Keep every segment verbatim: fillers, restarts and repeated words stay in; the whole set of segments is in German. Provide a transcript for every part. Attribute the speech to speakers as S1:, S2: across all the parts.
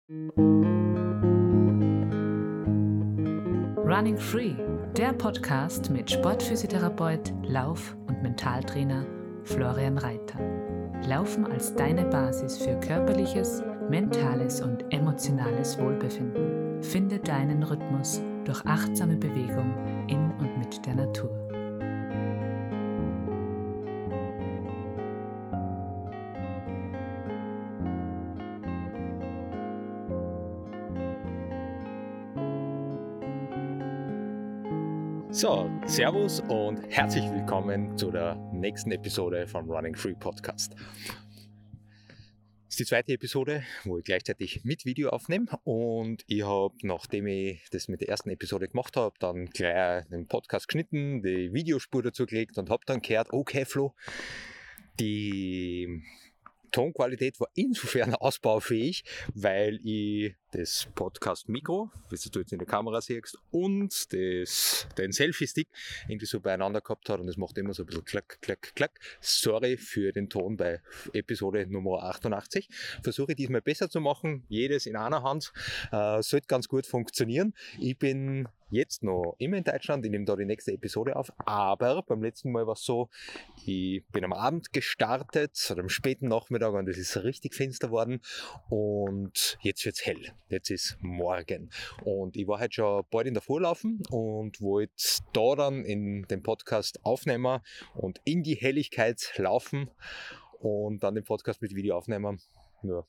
S1: Running Free, der Podcast mit Sportphysiotherapeut, Lauf- und Mentaltrainer Florian Reiter. Laufen als deine Basis für körperliches, mentales und emotionales Wohlbefinden. Finde deinen Rhythmus durch achtsame Bewegung in und mit der Natur.
S2: So, Servus und herzlich willkommen zu der nächsten Episode vom Running Free Podcast. Das ist die zweite Episode, wo ich gleichzeitig mit Video aufnehme, und ich habe, nachdem ich das mit der ersten Episode gemacht habe, dann gleich den Podcast geschnitten, die Videospur dazu gelegt und habe dann gehört, okay Flo, die Tonqualität war insofern ausbaufähig, weil ich das Podcast-Mikro, wie du jetzt in der Kamera siehst, und das, den Selfie-Stick irgendwie so beieinander gehabt hat, und es macht immer so ein bisschen klack, klack, klack. Sorry für den Ton bei Episode Nummer achtundachtzig. Versuche ich diesmal besser zu machen, jedes in einer Hand, äh, sollte ganz gut funktionieren. Ich bin jetzt noch immer in Deutschland, ich nehme da die nächste Episode auf, aber beim letzten Mal war es so, ich bin am Abend gestartet, oder am späten Nachmittag, und es ist richtig finster geworden, und jetzt wird es hell, jetzt ist morgen, und ich war halt schon bald in der Früh laufen und wollte da dann in den Podcast aufnehmen und in die Helligkeit laufen und dann den Podcast mit Video aufnehmen, nur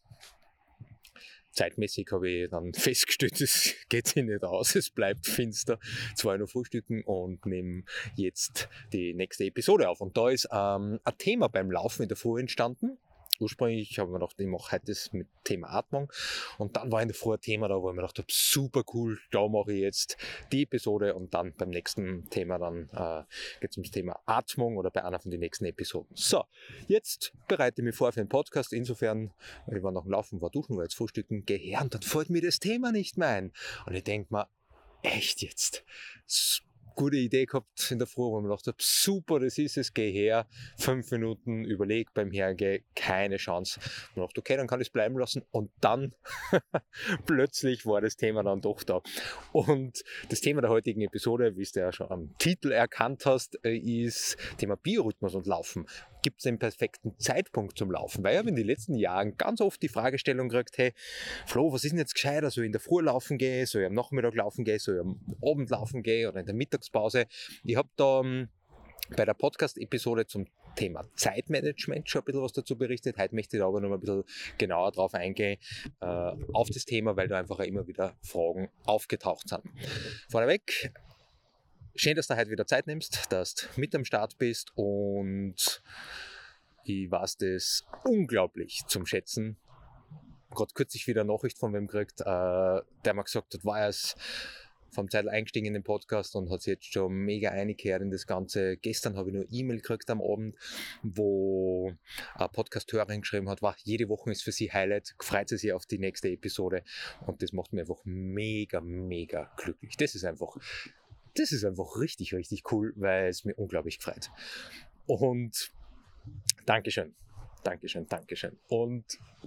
S2: zeitmäßig habe ich dann festgestellt, es geht sich nicht aus, es bleibt finster. Zwar noch frühstücken und nehme jetzt die nächste Episode auf. Und da ist ähm, ein Thema beim Laufen in der Früh entstanden. Ursprünglich habe ich mir gedacht, ich mache heute das mit Thema Atmung, und dann war in der Früh ein Thema da, wo ich mir gedacht habe, super cool, da mache ich jetzt die Episode, und dann beim nächsten Thema dann äh, geht es ums Thema Atmung oder bei einer von den nächsten Episoden. So, jetzt bereite ich mich vor für den Podcast, insofern, ich war noch am Laufen, war duschen, war jetzt frühstücken, gehe her, und dann fällt mir das Thema nicht mehr ein. Und ich denke mir, echt jetzt? Gute Idee gehabt in der Früh, wo ich mir gedacht habe, super, das ist es, geh her, fünf Minuten, überleg beim Hergehen, keine Chance. Ich dachte, okay, dann kann ich es bleiben lassen, und dann plötzlich war das Thema dann doch da. Und das Thema der heutigen Episode, wie du ja schon am Titel erkannt hast, ist Thema Biorhythmus und Laufen. Gibt es den perfekten Zeitpunkt zum Laufen? Weil ich habe in den letzten Jahren ganz oft die Fragestellung gekriegt, hey, Flo, was ist denn jetzt gescheiter? Soll ich in der Früh laufen gehen? Soll ich am Nachmittag laufen gehen? Soll ich am Abend laufen gehen oder in der Mittagspause? Ich habe da um, bei der Podcast-Episode zum Thema Zeitmanagement schon ein bisschen was dazu berichtet. Heute möchte ich da aber noch ein bisschen genauer drauf eingehen, äh, auf das Thema, weil da einfach immer wieder Fragen aufgetaucht sind. Vorneweg, schön, dass du heute wieder Zeit nimmst, dass du mit am Start bist, und ich weiß das unglaublich zum Schätzen. Gerade kürzlich wieder eine Nachricht von wem gekriegt, äh, der mir gesagt hat, war es vom Zeit eingestiegen in den Podcast und hat sich jetzt schon mega eingekehrt in das Ganze. Gestern habe ich nur eine E-Mail gekriegt am Abend, wo eine Podcast-Hörerin geschrieben hat, wow, jede Woche ist für sie Highlight, freut sie sich auf die nächste Episode, und das macht mich einfach mega, mega glücklich. Das ist einfach, das ist einfach richtig, richtig cool, weil es mir unglaublich gefreut. Und Dankeschön, Dankeschön, Dankeschön. Und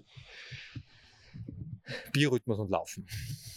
S2: Biorhythmus und Laufen.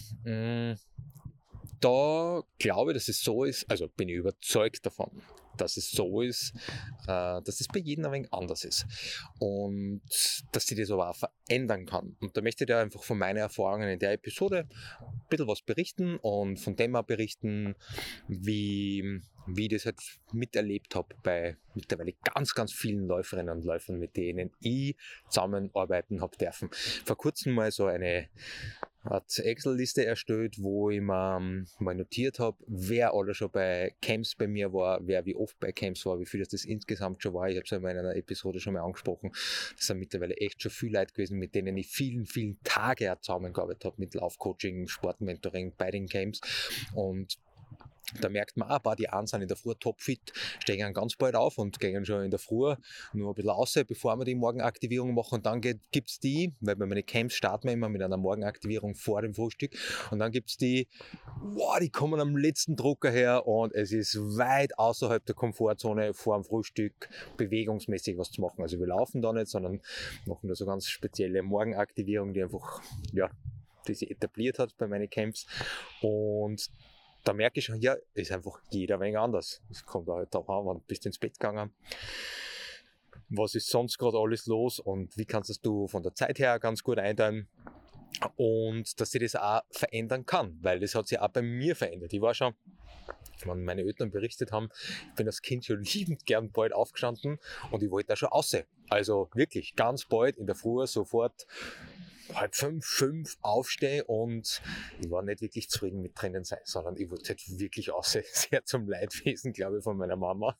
S2: Da glaube ich, dass es so ist, also bin ich überzeugt davon, dass es so ist, äh, dass es bei jedem ein wenig anders ist, und dass sich das aber auch verändern kann. Und da möchte ich dir einfach von meinen Erfahrungen in der Episode ein bisschen was berichten und von dem auch berichten, wie, wie ich das halt miterlebt habe bei mittlerweile ganz, ganz vielen Läuferinnen und Läufern, mit denen ich zusammenarbeiten habe dürfen. Vor kurzem mal so eine Art Excel-Liste erstellt, wo ich mir ähm, mal notiert habe, wer alle schon bei Camps bei mir war, wer wie oft bei Camps war, wie viel das, das insgesamt schon war. Ich habe es ja in einer Episode schon mal angesprochen. Das sind mittlerweile echt schon viele Leute gewesen, mit denen ich vielen, vielen Tage auch zusammengearbeitet habe, mit Laufcoaching, Sportmentoring bei den Camps. Und da merkt man auch, die einen sind in der Früh topfit, stehen ganz bald auf und gehen schon in der Früh nur ein bisschen raus, bevor wir die Morgenaktivierung machen. Und dann gibt es die, weil bei meinen Camps starten wir immer mit einer Morgenaktivierung vor dem Frühstück. Und dann gibt es die, wow, die kommen am letzten Drucker her, und es ist weit außerhalb der Komfortzone vor dem Frühstück bewegungsmäßig was zu machen. Also wir laufen da nicht, sondern machen da so ganz spezielle Morgenaktivierung, die einfach, ja, die sich etabliert hat bei meinen Camps. Und da merke ich schon, ja, ist einfach jeder ein wenig anders. Es kommt halt darauf an, wann bist du ins Bett gegangen, was ist sonst gerade alles los und wie kannst du von der Zeit her ganz gut einteilen. Und dass sich das auch verändern kann, weil das hat sich auch bei mir verändert. Ich war schon, wenn meine Eltern berichtet haben, ich bin als Kind schon liebend gern bald aufgestanden und ich wollte da schon raus. Also wirklich ganz bald in der Früh sofort halb fünf, fünf aufstehen und ich war nicht wirklich zufrieden mit drinnen sein, sondern ich wollte halt wirklich raus. Sehr zum Leidwesen, glaube ich, von meiner Mama.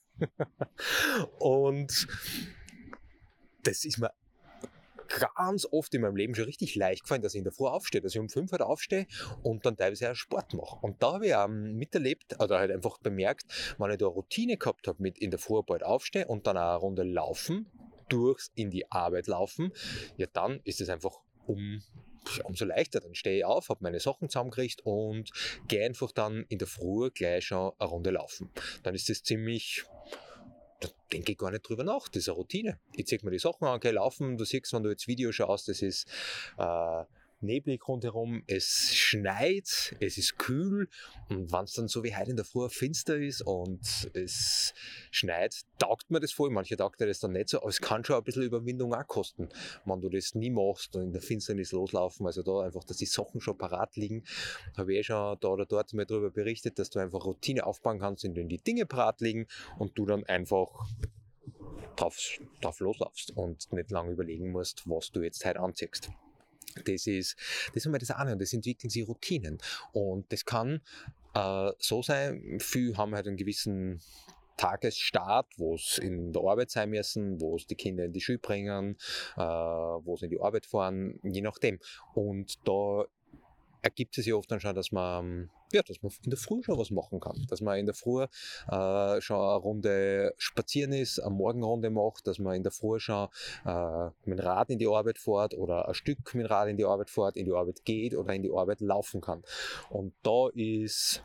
S2: Und das ist mir ganz oft in meinem Leben schon richtig leicht gefallen, dass ich in der Früh aufstehe, dass ich um fünf halt aufstehe und dann teilweise auch Sport mache. Und da habe ich auch miterlebt, oder halt einfach bemerkt, wenn ich da eine Routine gehabt habe mit in der Früh bald aufstehen und dann auch eine Runde laufen, durchs in die Arbeit laufen, ja dann ist es einfach um umso leichter, dann stehe ich auf, habe meine Sachen zusammengekriegt und gehe einfach dann in der Früh gleich schon eine Runde laufen. Dann ist das ziemlich, da denke ich gar nicht drüber nach, das ist eine Routine. Ich ziehe mir die Sachen an, gehe laufen, du siehst, wenn du jetzt Video schaust, das ist äh, neblig rundherum, es schneit, es ist kühl und wenn es dann so wie heute in der Früh finster ist und es schneit, taugt mir das voll. Manche taugt dir das dann nicht so, aber es kann schon ein bisschen Überwindung auch kosten, wenn du das nie machst und in der Finsternis loslaufen. Also da einfach, dass die Sachen schon parat liegen, habe ich eh schon da oder dort mal darüber berichtet, dass du einfach Routine aufbauen kannst, indem die Dinge parat liegen und du dann einfach drauf, drauf loslaufst und nicht lange überlegen musst, was du jetzt heute anziehst. Das ist, das ist einmal das eine und das entwickeln sich Routinen. Und das kann äh, so sein, viele haben halt einen gewissen Tagesstart, wo es in der Arbeit sein müssen, wo es die Kinder in die Schule bringen, äh, wo sie in die Arbeit fahren, je nachdem. Und da ergibt es ja oft dann schon, dass man, ja, dass man in der Früh schon was machen kann. Dass man in der Früh äh, schon eine Runde spazieren ist, eine Morgenrunde macht, dass man in der Früh schon äh, mit dem Rad in die Arbeit fährt oder ein Stück mit dem Rad in die Arbeit fährt, in die Arbeit geht oder in die Arbeit laufen kann. Und da ist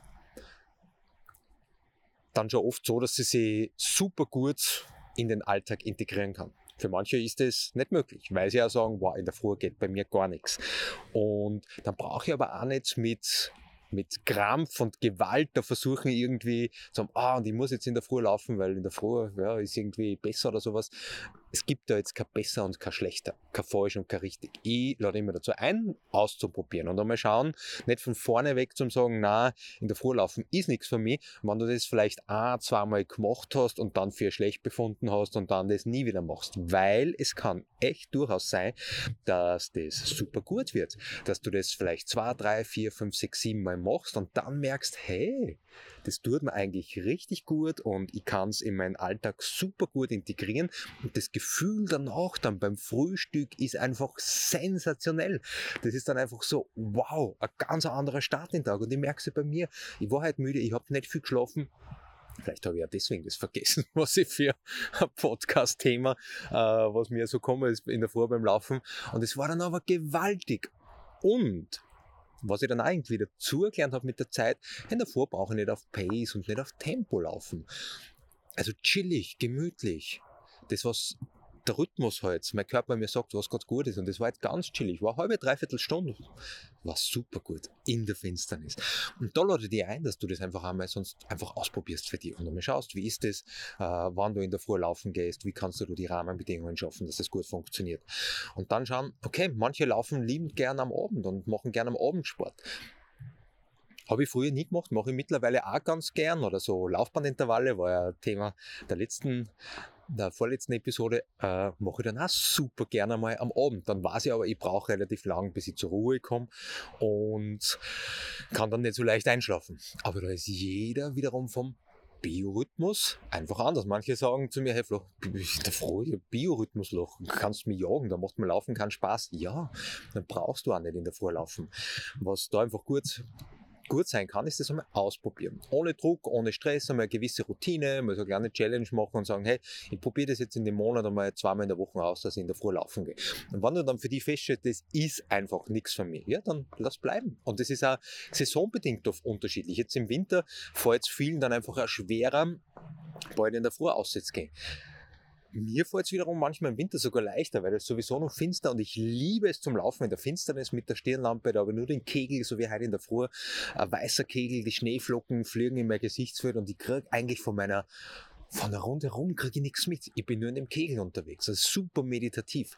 S2: dann schon oft so, dass sie sich super gut in den Alltag integrieren kann. Für manche ist das nicht möglich, weil sie ja sagen, wow, in der Früh geht bei mir gar nichts. Und dann brauche ich aber auch nicht mit, mit Krampf und Gewalt da versuchen irgendwie zu sagen, ah, und ich muss jetzt in der Früh laufen, weil in der Früh ja, ist irgendwie besser oder sowas. Es gibt da jetzt kein besser und kein schlechter, kein falsch und kein richtig. Ich lade immer dazu ein, auszuprobieren und einmal schauen, nicht von vorne weg zu sagen, na, in der Früh laufen ist nichts für mich. Wenn du das vielleicht ein, zweimal gemacht hast und dann für schlecht befunden hast und dann das nie wieder machst, weil es kann echt durchaus sein, dass das super gut wird, dass du das vielleicht zwei, drei, vier, fünf, sechs, sieben Mal machst und dann merkst, hey, das tut mir eigentlich richtig gut und ich kann es in meinen Alltag super gut integrieren und das Gefühl danach dann beim Frühstück ist einfach sensationell. Das ist dann einfach so, wow, ein ganz anderer Start in den Tag und ich merke es bei mir. Ich war halt müde, ich habe nicht viel geschlafen. Vielleicht habe ich ja deswegen das vergessen, was ich für ein Podcast-Thema, äh, was mir so komme, ist in der Früh beim Laufen. Und es war dann aber gewaltig. Und was ich dann eigentlich wieder zugelernt habe mit der Zeit, in der Früh brauche ich nicht auf Pace und nicht auf Tempo laufen. Also chillig, gemütlich. Das, was der Rhythmus halt, mein Körper mir sagt, was gerade gut ist. Und das war jetzt ganz chillig. War eine halbe, dreiviertel Stunde. War super gut. In der Finsternis. Und da lade ich dich ein, dass du das einfach einmal sonst einfach ausprobierst für dich. Und einmal schaust, wie ist das, äh, wann du in der Früh laufen gehst, wie kannst du die Rahmenbedingungen schaffen, dass das gut funktioniert. Und dann schauen, okay, manche laufen liebend gern am Abend und machen gern am Abend Sport. Habe ich früher nie gemacht, mache ich mittlerweile auch ganz gern. Oder so Laufbandintervalle, war ja Thema der letzten, der vorletzten Episode, äh, mache ich dann auch super gerne mal am Abend. Dann weiß ich aber, ich brauche relativ lang, bis ich zur Ruhe komme und kann dann nicht so leicht einschlafen. Aber da ist jeder wiederum vom Biorhythmus einfach anders. Manche sagen zu mir, hey Flo, ich bin froh, ich habe Biorhythmusloch, kannst mich jagen, da macht mir Laufen keinen Spaß. Ja, dann brauchst du auch nicht in der Früh laufen. Was da einfach gut gut sein kann, ist das einmal ausprobieren. Ohne Druck, ohne Stress, einmal eine gewisse Routine, mal so eine kleine Challenge machen und sagen, hey, ich probiere das jetzt in dem Monat einmal zweimal in der Woche aus, dass ich in der Früh laufen gehe. Und wenn du dann für dich feststellst, das ist einfach nichts für mich, ja, dann lass bleiben. Und das ist auch saisonbedingt oft unterschiedlich. Jetzt im Winter fällt es vielen dann einfach auch schwerer, bald in der Früh auszugehen. mir fällt es wiederum manchmal im Winter sogar leichter, weil es sowieso noch finster und ich liebe es zum Laufen in der Finsternis mit der Stirnlampe, da habe ich nur den Kegel, so wie heute in der Früh, ein weißer Kegel, die Schneeflocken fliegen in mein Gesichtsfeld und ich kriege eigentlich von meiner, von der Runde rum kriege ich nichts mit. Ich bin nur in dem Kegel unterwegs, das ist super meditativ.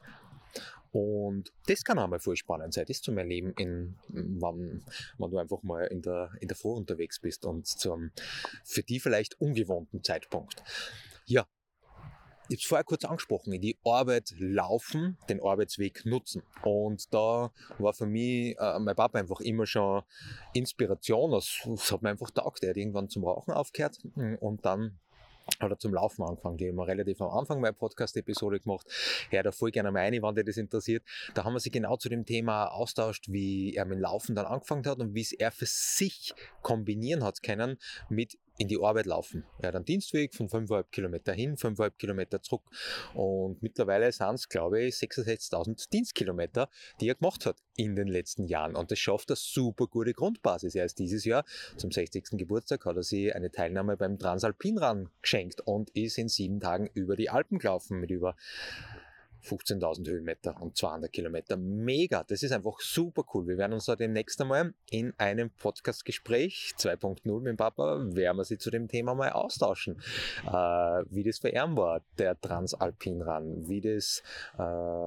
S2: Und das kann auch mal voll spannend sein, das zu erleben, in, wann, wann du einfach mal in der, in der Früh unterwegs bist und zum für die vielleicht ungewohnten Zeitpunkt. Ja, ich habe es vorher kurz angesprochen, in die Arbeit laufen, den Arbeitsweg nutzen. Und da war für mich äh, mein Papa einfach immer schon Inspiration, das, das hat mir einfach taugt. Er hat irgendwann zum Rauchen aufgehört und dann hat er zum Laufen angefangen. Die haben wir relativ am Anfang meiner Podcast-Episode gemacht. Hört da voll gerne mal rein, wenn dir das interessiert. Da haben wir sich genau zu dem Thema austauscht, wie er mit dem Laufen dann angefangen hat und wie es er für sich kombinieren hat können mit in die Arbeit laufen. Er hat einen Dienstweg von fünfeinhalb Kilometer hin, fünfeinhalb Kilometer zurück. Und mittlerweile sind es, glaube ich, sechsundsechzigtausend Dienstkilometer, die er gemacht hat in den letzten Jahren. Und das schafft eine super gute Grundbasis. Er ist dieses Jahr, zum sechzigsten Geburtstag, hat er sich eine Teilnahme beim Transalpinrun geschenkt und ist in sieben Tagen über die Alpen gelaufen mit über fünfzehntausend Höhenmeter und zweihundert Kilometer. Mega, das ist einfach super cool. Wir werden uns da demnächst einmal in einem Podcast-Gespräch zwei Punkt null mit dem Papa, werden wir sie zu dem Thema mal austauschen. Äh, wie das für ihn war, der Transalpinrun, wie das, äh,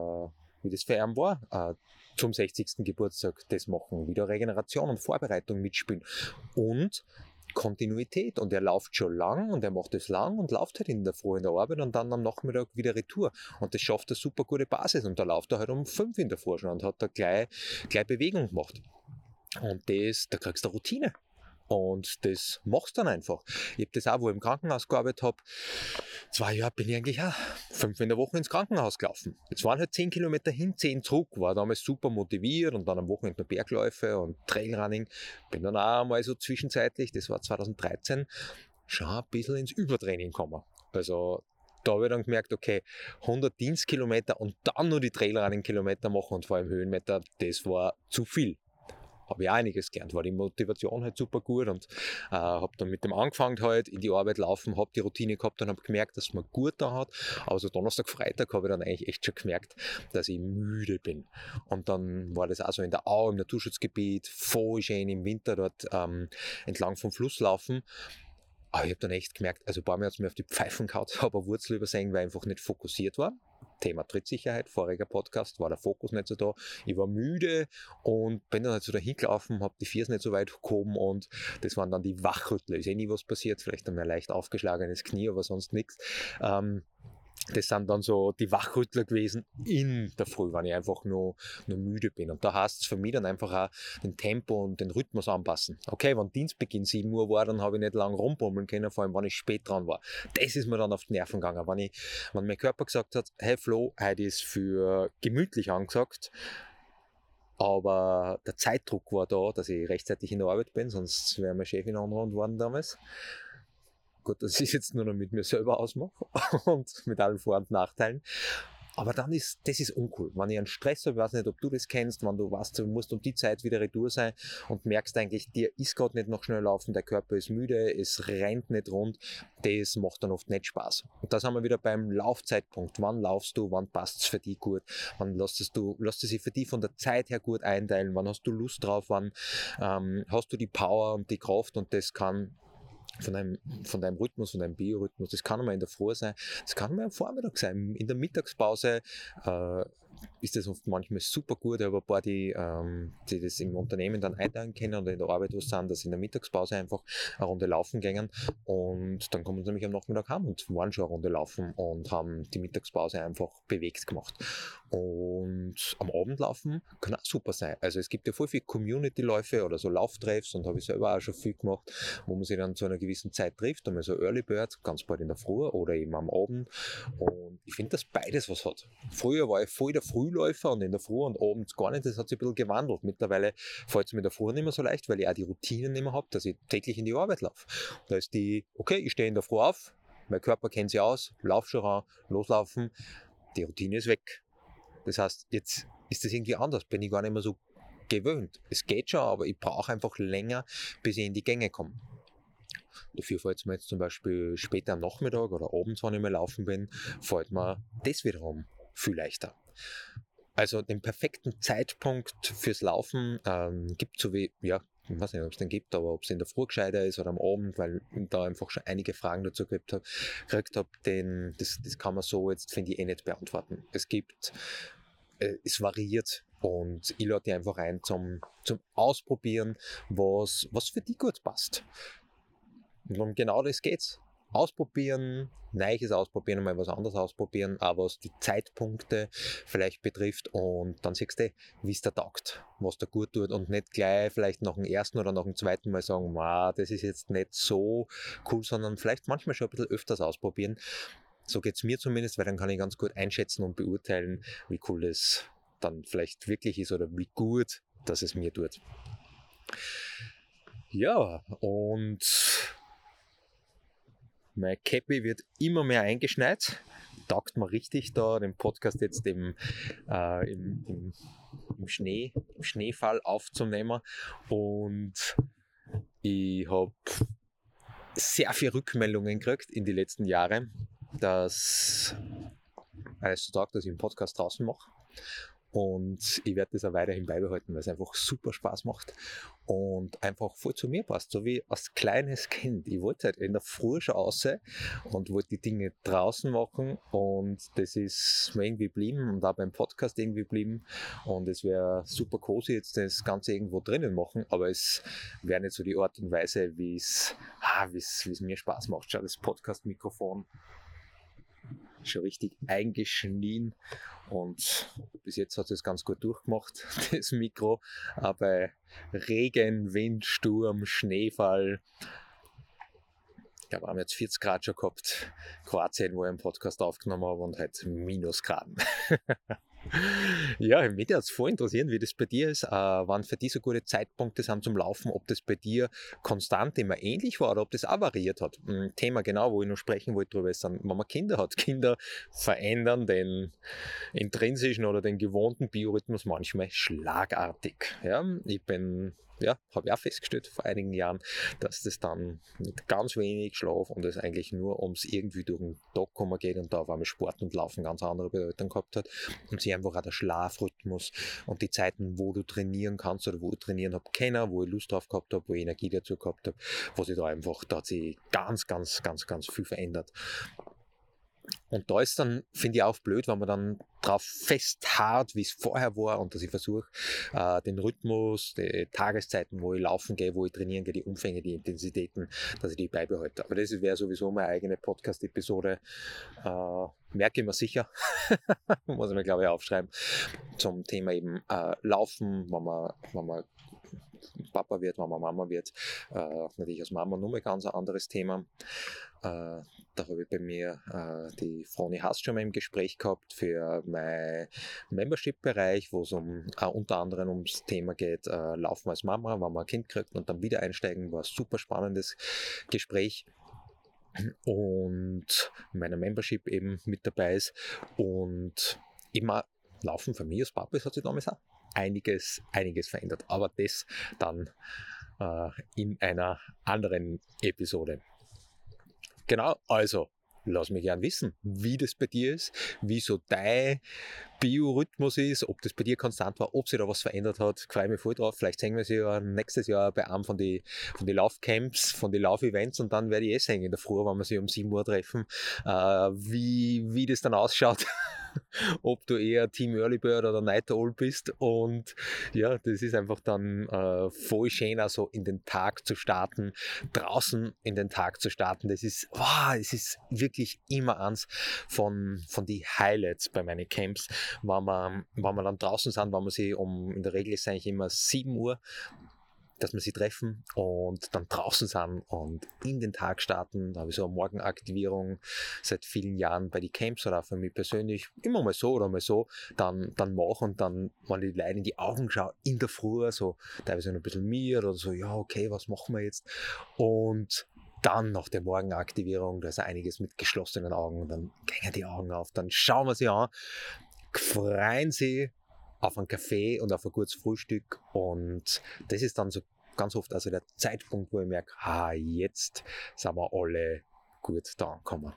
S2: wie das für ihn war, äh, zum sechzigsten Geburtstag das machen, wieder Regeneration und Vorbereitung mitspielen und Kontinuität, und er läuft schon lang und er macht es lang und läuft halt in der Früh in der Arbeit und dann am Nachmittag wieder Retour und das schafft eine super gute Basis und da läuft er halt um fünf in der Früh schon und hat da gleich, gleich Bewegung gemacht und das, da kriegst du eine Routine und das machst du dann einfach. Ich habe das auch, wo ich im Krankenhaus gearbeitet habe, zwei Jahre bin ich eigentlich auch fünf in der Woche ins Krankenhaus gelaufen. Jetzt waren halt zehn Kilometer hin, zehn zurück, war damals super motiviert und dann am Wochenende noch Bergläufe und Trailrunning. Bin dann auch mal so zwischenzeitlich, das war zweitausenddreizehn, schon ein bisschen ins Übertraining gekommen. Also da habe ich dann gemerkt, okay, hundert Dienstkilometer und dann nur die Trailrunning-Kilometer machen und vor allem Höhenmeter, das war zu viel. Habe ich auch einiges gelernt, war die Motivation halt super gut und äh, habe dann mit dem angefangen halt, in die Arbeit laufen, habe die Routine gehabt und habe gemerkt, dass es mir gut da hat, aber so Donnerstag, Freitag habe ich dann eigentlich echt schon gemerkt, dass ich müde bin und dann war das auch so in der Au, im Naturschutzgebiet, voll schön im Winter dort ähm, entlang vom Fluss laufen. Aber ich habe dann echt gemerkt, also ein paar Mal hat es mir auf die Pfeifen gehauen, habe eine Wurzel übersehen, weil ich einfach nicht fokussiert war. Thema Trittsicherheit, voriger Podcast, war der Fokus nicht so da. Ich war müde und bin dann halt so dahin gelaufen, habe die Füße nicht so weit gehoben und das waren dann die Wachrüttler. Ist eh nie was passiert, vielleicht einmal leicht aufgeschlagenes Knie, aber sonst nichts. Ähm, Das sind dann so die Wachrüttler gewesen in der Früh, wenn ich einfach nur, nur müde bin. Und da heißt es für mich dann einfach auch den Tempo und den Rhythmus anpassen. Okay, wenn Dienstbeginn sieben Uhr war, dann habe ich nicht lang rumpummeln können, vor allem wenn ich spät dran war. Das ist mir dann auf die Nerven gegangen. Wenn, ich, wenn mein Körper gesagt hat, hey Flo, heute ist für gemütlich angesagt, aber der Zeitdruck war da, dass ich rechtzeitig in der Arbeit bin, sonst wäre meine Chefin angerannt worden damals. Gut, dass ich jetzt nur noch mit mir selber ausmache und mit allen Vor- und Nachteilen. Aber dann ist, das ist uncool. Wenn ich einen Stress habe, ich weiß nicht, ob du das kennst, wenn du weißt, du musst um die Zeit wieder retour sein und merkst eigentlich, dir ist gerade nicht noch schnell laufen, der Körper ist müde, es rennt nicht rund, das macht dann oft nicht Spaß. Und da sind wir wieder beim Laufzeitpunkt. Wann laufst du, wann passt es für dich gut, wann lässt es du, lässt es sich für dich von der Zeit her gut einteilen, wann hast du Lust drauf, wann ähm, hast du die Power und die Kraft und das kann von deinem, von deinem Rhythmus, von deinem Biorhythmus. Das kann mal in der Früh sein, das kann mal am Vormittag sein, in der Mittagspause äh, ist das oft manchmal super gut. Ich habe ein paar, die, ähm, die das im Unternehmen dann einteilen können oder in der Arbeit was sind, dass in der Mittagspause einfach eine Runde laufen gehen und dann kommen sie nämlich am Nachmittag heim und waren schon eine Runde laufen und haben die Mittagspause einfach bewegt gemacht. Und am Abend laufen kann auch super sein. Also es gibt ja voll viele Community-Läufe oder so Lauftreffs und habe ich selber auch schon viel gemacht, wo man sich dann zu einer gewissen Zeit trifft, einmal so Early Bird, ganz bald in der Früh oder eben am Abend. Und ich finde, dass beides was hat. Früher war ich voll der Frühläufer und in der Früh und abends gar nicht, das hat sich ein bisschen gewandelt. Mittlerweile fällt es mir in der Früh nicht mehr so leicht, weil ich auch die Routinen nicht mehr habe, dass ich täglich in die Arbeit laufe. Da ist die, okay, ich stehe in der Früh auf, mein Körper kennt sich aus, lauf schon ran, loslaufen, die Routine ist weg. Das heißt, jetzt ist das irgendwie anders, bin ich gar nicht mehr so gewöhnt. Es geht schon, aber ich brauche einfach länger, bis ich in die Gänge komme. Dafür fällt es mir jetzt zum Beispiel später am Nachmittag oder abends, wenn ich mal laufen bin, fällt mir das wiederum viel leichter. Also den perfekten Zeitpunkt fürs Laufen ähm, gibt es so wie, ja, ich weiß nicht, ob es den gibt, aber ob es in der Früh gescheiter ist oder am Abend, weil ich da einfach schon einige Fragen dazu gekriegt habe, gekriegt habe, den, das, das kann man so jetzt, finde ich, eh nicht beantworten. Es gibt, äh, es variiert und ich lade dich einfach ein zum, zum Ausprobieren, was, was für dich gut passt. Und um genau das geht's. Ausprobieren, Neues ausprobieren, mal was anderes ausprobieren, auch was die Zeitpunkte vielleicht betrifft und dann siehst du, wie es dir taugt, was dir gut tut und nicht gleich vielleicht nach dem ersten oder nach dem zweiten Mal sagen, wow, das ist jetzt nicht so cool, sondern vielleicht manchmal schon ein bisschen öfters ausprobieren. So geht's mir zumindest, weil dann kann ich ganz gut einschätzen und beurteilen, wie cool das dann vielleicht wirklich ist oder wie gut, dass es mir tut. Ja, und mein Käppi wird immer mehr eingeschneit. Taugt mir richtig, da den Podcast jetzt im, äh, im, im, im, Schnee, im Schneefall aufzunehmen. Und ich habe sehr viele Rückmeldungen gekriegt in die letzten Jahre, dass es so taugt, dass ich einen Podcast draußen mache. Und ich werde das auch weiterhin beibehalten, weil es einfach super Spaß macht und einfach voll zu mir passt, so wie als kleines Kind. Ich wollte halt in der Früh schon raus und wollte die Dinge draußen machen und das ist mir irgendwie geblieben und auch beim Podcast irgendwie geblieben und es wäre super cozy jetzt das Ganze irgendwo drinnen machen, aber es wäre nicht so die Art und Weise, wie es ah, wie es mir Spaß macht. Schau, das Podcast-Mikrofon schon richtig eingeschnien und bis jetzt hat es ganz gut durchgemacht, das Mikro, aber bei Regen, Wind, Sturm, Schneefall, ich glaube, wir haben jetzt vierzig Grad schon gehabt, Kroatien, wo ich einen Podcast aufgenommen habe und halt Minusgraden. Ja, mich würde es voll interessieren, wie das bei dir ist, äh, wann für dich so gute Zeitpunkte sind zum Laufen, ob das bei dir konstant immer ähnlich war oder ob das auch variiert hat. Ein Thema genau, wo ich noch sprechen wollte drüber ist, dann, wenn man Kinder hat. Kinder verändern den intrinsischen oder den gewohnten Biorhythmus manchmal schlagartig. Ja, ich bin ja, habe ich auch festgestellt vor einigen Jahren, dass das dann mit ganz wenig Schlaf und es eigentlich nur ums irgendwie durch den Tag kommen geht und da auf einmal Sport und Laufen ganz andere Bedeutung gehabt hat und sich einfach auch der Schlafrhythmus und die Zeiten, wo du trainieren kannst oder wo ich trainieren habe, kennen, wo ich Lust drauf gehabt habe, wo ich Energie dazu gehabt habe, was ich da einfach, da hat sich ganz, ganz, ganz, ganz viel verändert. Und da ist dann, finde ich auch blöd, wenn man dann drauf festharrt, wie es vorher war und dass ich versuche, äh, den Rhythmus, die Tageszeiten, wo ich laufen gehe, wo ich trainieren gehe, die Umfänge, die Intensitäten, dass ich die beibehalte. Aber das wäre sowieso meine eigene Podcast-Episode, äh, merke ich mir sicher, muss ich mir glaube ich aufschreiben, zum Thema eben äh, Laufen, wenn man, wenn man Papa wird, wenn man Mama wird, äh, natürlich als Mama nur ein ganz anderes Thema. Äh, da habe ich bei mir äh, die Froni Haas schon mal im Gespräch gehabt für mein Membership-Bereich, wo es um, äh, unter anderem ums Thema geht, äh, Laufen als Mama, wenn man ein Kind kriegt und dann wieder einsteigen, war ein super spannendes Gespräch. Und in meiner Membership eben mit dabei ist und immer Laufen für mich als Papa, hat sich damals auch einiges, einiges verändert. Aber das dann äh, in einer anderen Episode. Genau, also lass mich gern wissen, wie das bei dir ist, wie so dein Biorhythmus ist, ob das bei dir konstant war, ob sich da was verändert hat. Ich freue mich voll drauf. Vielleicht sehen wir sie ja nächstes Jahr bei einem von den von die Laufcamps, von den Laufevents und dann werde ich eh sehen in der Früh, wenn wir sie um sieben Uhr treffen, äh, wie, wie das dann ausschaut. Ob du eher Team Early Bird oder Night Owl bist und ja, das ist einfach dann äh, voll schön, also in den Tag zu starten, draußen in den Tag zu starten, das ist, wow, es ist wirklich immer eins von, von die Highlights bei meinen Camps, wenn wir, wenn wir dann draußen sind, wenn wir sie um, in der Regel ist es eigentlich immer sieben Uhr, dass wir sie treffen und dann draußen sind und in den Tag starten. Da habe ich so eine Morgenaktivierung seit vielen Jahren bei den Camps oder auch für mich persönlich immer mal so oder mal so dann, dann mache und dann, wenn ich die Leute in die Augen schaue, in der Früh, so teilweise noch ein bisschen mir oder so, ja okay, was machen wir jetzt? Und dann nach der Morgenaktivierung, da ist einiges mit geschlossenen Augen und dann gehen die Augen auf, dann schauen wir sie an, freuen sie auf einen Kaffee und auf ein gutes Frühstück und das ist dann so ganz oft also der Zeitpunkt, wo ich merke, ah, jetzt sind wir alle gut da angekommen.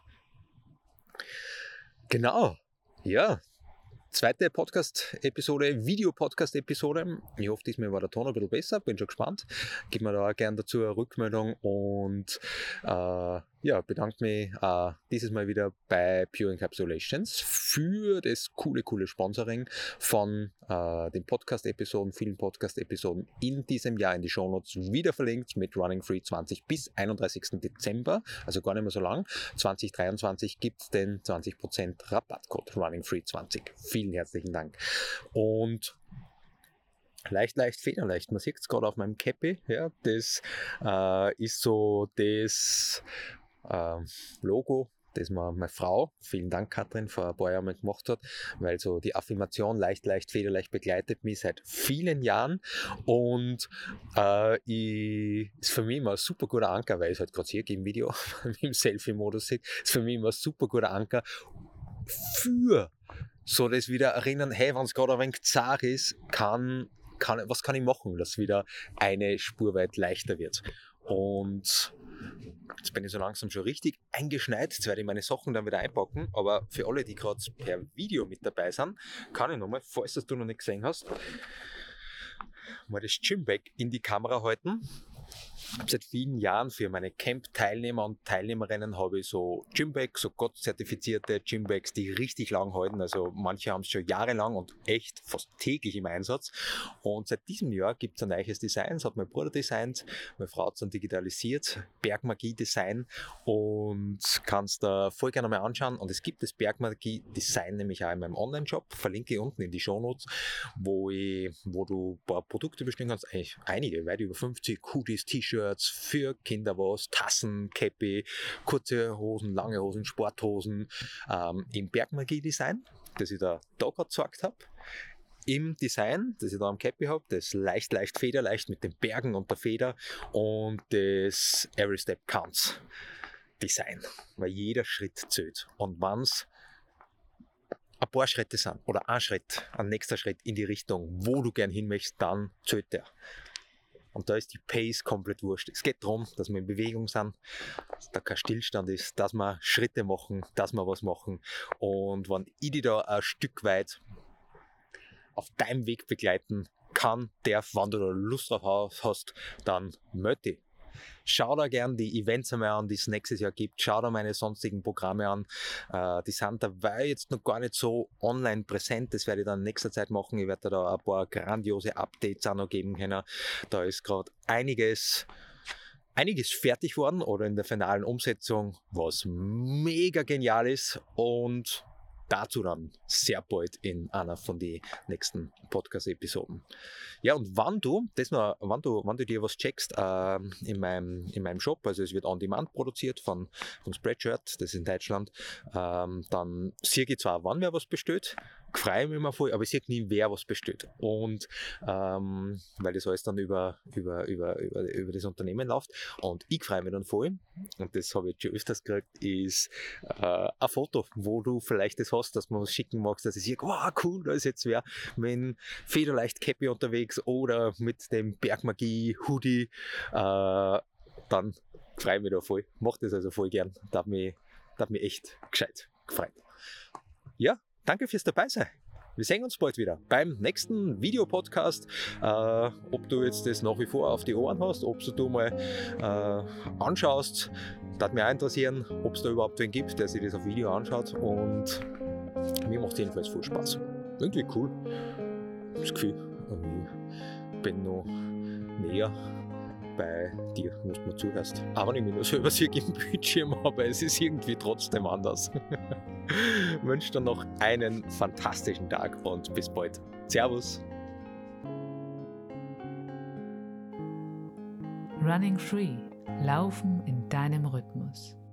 S2: Genau, ja. Zweite Podcast-Episode, Video-Podcast-Episode. Ich hoffe, diesmal war der Ton ein bisschen besser, bin schon gespannt. Gib mir da auch gerne dazu eine Rückmeldung und äh, ja, bedanke mich äh, dieses Mal wieder bei Pure Encapsulations für das coole, coole Sponsoring von äh, den Podcast-Episoden, vielen Podcast-Episoden in diesem Jahr in die Shownotes wieder verlinkt mit Running Free zwanzig bis einunddreißigsten Dezember, also gar nicht mehr so lang. zwanzig dreiundzwanzig gibt es den zwanzig Prozent Rabattcode Running Free zwanzig. Vielen herzlichen Dank. Und leicht, leicht, federleicht. Man sieht es gerade auf meinem Cappy. Ja, das äh, ist so das äh, Logo, das mir meine Frau, vielen Dank Katrin, vor ein paar Jahren mal gemacht hat, weil so die Affirmation leicht, leicht, federleicht begleitet mich seit vielen Jahren und äh, ich, ist für mich immer ein super guter Anker, weil ich es halt gerade sehe im Video, im Selfie-Modus sehe, ist für mich immer ein super guter Anker für so das wieder erinnern, hey, wenn es gerade ein wenig zart ist, kann, kann, was kann ich machen, dass wieder eine Spur weit leichter wird. Und jetzt bin ich so langsam schon richtig eingeschneit, jetzt werde ich meine Sachen dann wieder einpacken, aber für alle, die gerade per Video mit dabei sind, kann ich nochmal, falls das du noch nicht gesehen hast, mal das Gymbag in die Kamera halten. Seit vielen Jahren für meine Camp-Teilnehmer und Teilnehmerinnen habe ich so Gymbags, so Gott-zertifizierte Gymbags, die richtig lang halten. Also manche haben es schon jahrelang und echt fast täglich im Einsatz. Und seit diesem Jahr gibt es ein neues Design, das hat mein Bruder designt, meine Frau hat es dann digitalisiert, Bergmagie-Design und kannst da voll gerne mal anschauen. Und es gibt das Bergmagie-Design nämlich auch in meinem Online-Shop, verlinke ich unten in die Shownotes, wo, ich, wo du ein paar Produkte bestellen kannst, eigentlich einige, weit über fünfzig, Hoodies, T-Shirts, für Kinder was, Tassen, Käppi, kurze Hosen, lange Hosen, Sporthosen, ähm, im Bergmagie-Design, das ich da, da gerade gezeigt habe. Im Design, das ich da am Käppi habe, das leicht, leicht, federleicht mit den Bergen und der Feder und das Every Step Counts Design, weil jeder Schritt zählt. Und wenn es ein paar Schritte sind oder ein Schritt, ein nächster Schritt in die Richtung, wo du gern hin möchtest, dann zählt der. Und da ist die Pace komplett wurscht. Es geht darum, dass wir in Bewegung sind, dass da kein Stillstand ist, dass wir Schritte machen, dass wir was machen. Und wenn ich dich da ein Stück weit auf deinem Weg begleiten kann, darf, wenn du da Lust drauf hast, dann melde dich. Schau da gern die Events einmal an, die es nächstes Jahr gibt. Schau da meine sonstigen Programme an. Äh, die sind dabei jetzt noch gar nicht so online präsent. Das werde ich dann in nächster Zeit machen. Ich werde da ein paar grandiose Updates auch noch geben können. Da ist gerade einiges, einiges fertig worden oder in der finalen Umsetzung, was mega genial ist und dazu dann sehr bald in einer von den nächsten Podcast-Episoden. Ja, und wenn du, das noch, wenn du, wenn du dir was checkst äh, in, meinem, in meinem Shop, also es wird on demand produziert von, von Spreadshirt, das ist in Deutschland, ähm, dann sehe ich zwar, wann wer was bestellt, freue mich immer voll, aber ich sehe nie, wer was bestellt. Und ähm, weil das alles dann über, über, über, über, über das Unternehmen läuft und ich freue mich dann voll, und das habe ich jetzt schon öfters gekriegt, ist äh, ein Foto, wo du vielleicht das hast, dass man was schicken magst, dass ich sehe, wow, cool, da ist jetzt wer mit einem federleicht Käppi unterwegs oder mit dem Bergmagie-Hoodie, äh, dann freue ich mich da voll. Mach das also voll gern. Da hat mich, da hat mich echt gescheit gefreut. Ja, danke fürs Dabeisein. Wir sehen uns bald wieder beim nächsten Videopodcast. Äh, ob du jetzt das nach wie vor auf die Ohren hast, ob du mal äh, anschaust, das mich auch interessieren, ob es da überhaupt wen gibt, der sich das auf Video anschaut. Und mir macht es jedenfalls viel Spaß. Irgendwie cool. Das Gefühl, ich bin noch näher bei dir, wo du mir zuhörst. Aber wenn ich mich nur selber sehe im Bildschirm, aber es ist irgendwie trotzdem anders. Ich wünsche dir noch einen fantastischen Tag und bis bald. Servus.
S1: Running Free. Laufen in deinem Rhythmus.